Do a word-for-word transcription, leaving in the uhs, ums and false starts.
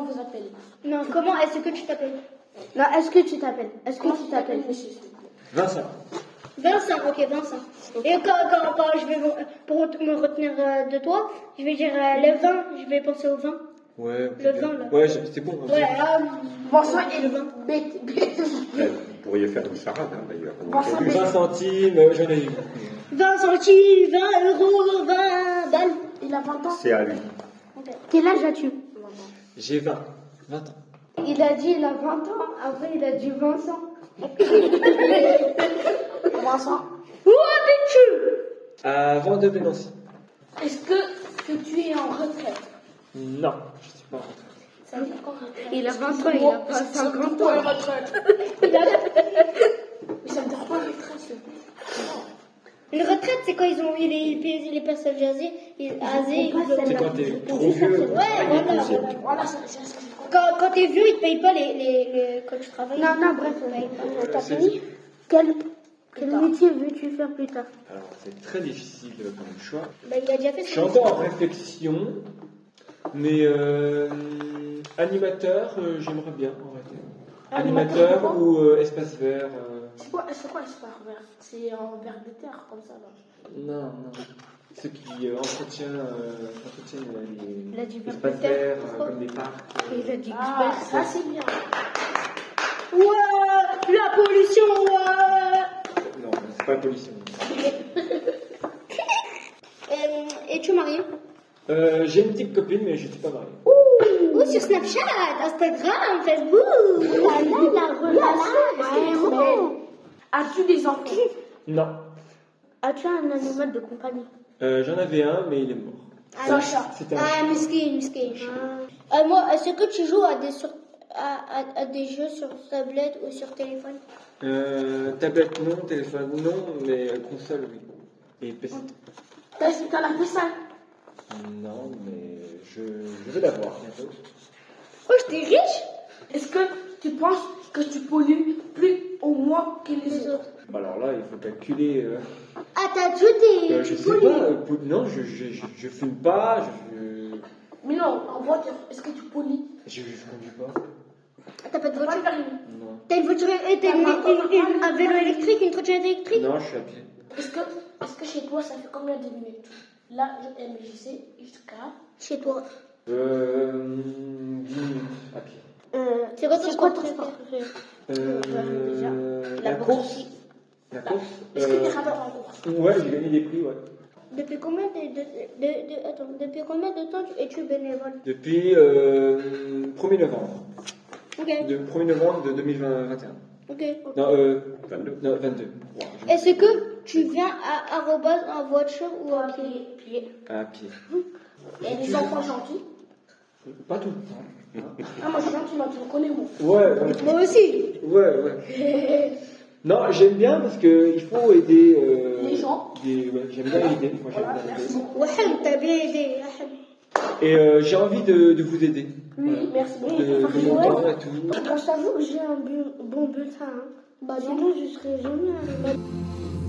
comment vous appelez? Non, comment est-ce que tu t'appelles? Non, est-ce que tu t'appelles? Est-ce que tu t'appelles? Monsieur, s'il vous plaît. Vincent. Vincent, ok, Vincent. Et quand, quand, quand je vais pour me retenir euh, de toi, je vais dire euh, le vin, je vais penser au vin. Ouais, Le vin, là. Ouais, c'est bon. Ouais, euh, Vincent et le vin. bête, bête. Ouais, vous pourriez faire une charade, hein, d'ailleurs. Vincent Aujourd'hui. vingt centimes, euh, j'en ai eu. vingt centimes, vingt euros, vingt balles. Il a vingt ans. C'est à lui. Quel âge as-tu? J'ai vingt. vingt ans. Il a dit il a vingt ans, après il a dit Vincent. Vincent. Où habites-tu? Avant de Nancy. Est-ce que, que tu es en retraite? Non, je suis pas en retraite. Ça veut dire quoi retraite? Il a vingt ans, il a pas cinquante Ouais, ans. retraite. Il a- Mais ça me dit quoi retraite? Une retraite, c'est quand ils ont eu les, les, les personnes âgées, ils- âgées, ils- C'est quand t'es trop vieux. Ouais, voilà, voilà. Voilà, c'est c'est ce que je crois. Quand, quand t'es vieux, ils te payent pas les, les, les quand tu travailles. Non, non, bref, Ils te payent pas. euh, t'as c'est- fini? Quel, quel tard. métier veux-tu faire plus tard? Alors, c'est très difficile euh, comme choix. Bah, il a déjà fait Je ça. suis encore en réflexion, mais euh, animateur, euh, j'aimerais bien en réalité. Animateur, Animateur ou euh, espace vert. euh, C'est quoi, c'est quoi l'espoir vert? C'est en vert de terre, comme ça, là. Non, non. Ceux qui euh, entretiennent, euh, entretiennent euh, Il a les dit vert espaces de terre, verts, euh, pourquoi? comme des parcs. euh. Il a dit Ah, ça, c'est bien. Ouais, la pollution, ouais. Non, c'est pas la pollution. Euh, Es-tu marié? Euh, J'ai une petite copine, mais je ne suis pas marié. Ou sur Snapchat, Instagram, Facebook. Ah là, la relation, vraiment. As-tu des enfants? Non. As-tu un animal de compagnie? Euh, J'en avais un, mais il est mort. Ah, C'était un ah, miskin, miskin. Euh, moi, est-ce que tu joues à des, sur, à, à, à des jeux sur tablette ou sur téléphone? Euh, tablette non, téléphone non, mais euh, console oui. Et P C. T'as t'as la P S A? Non, mais je, je vais l'avoir bientôt. Oh, j'étais riche. Est-ce que tu penses que tu pollues plus ou moins que les Les autres? autres. Bah alors là, il faut calculer. Euh, Ah, t'as déjà des... euh, je tu sais pollues. pas. euh, pou- non, je, je, je, je fume pas. Je, Mais non, en voiture, est-ce que tu pollues? je, je, je conduis pas. Ah, t'as pas de T'as pas voiture? le permis? Non. T'as une voiture, et t'as une, une- une- un vélo électrique, une trottinette électrique? Non, je suis à pied. Est-ce que, est-ce que chez toi, ça fait combien de minutes? Là, je M J C jusqu'à... Chez toi. Euh, dix minutes à pied. Euh, C'est quoi ton c'est quoi sport ton sport préféré? Euh, La la bourse. course. La course. Est-ce que euh, tu travailles en course? ouais, j'ai gagné des prix, ouais. Depuis combien de, de, de, de- attends, depuis combien de temps tu- es-tu bénévole? Depuis euh, premier novembre. Ok, De premier novembre de deux mille vingt et un. ok. Non, euh, vingt-deux. non, vingt-deux. Wow, je- Est-ce que tu viens à arrobase en voiture ou à pied? Pied. À pied. Il y a des enfants gentils. Pas tout le temps. Ah, moi, je suis gentil, moi, tu me connais, moi. Ouais, ouais. Moi aussi. Ouais, ouais. Non, j'aime bien parce qu'il faut aider. Euh, Les gens. des- ouais, j'aime bien aider. Moi, j'aime Voilà, bien merci aider. beaucoup. Waham, t'as bien aidé. Waham. Et euh, j'ai envie de, de vous aider. Oui, merci beaucoup. De, de mon temps et tout. Quand je t'avoue que j'ai un bu- bon bulletin, hein. Bah sinon je serais jamais arrivé.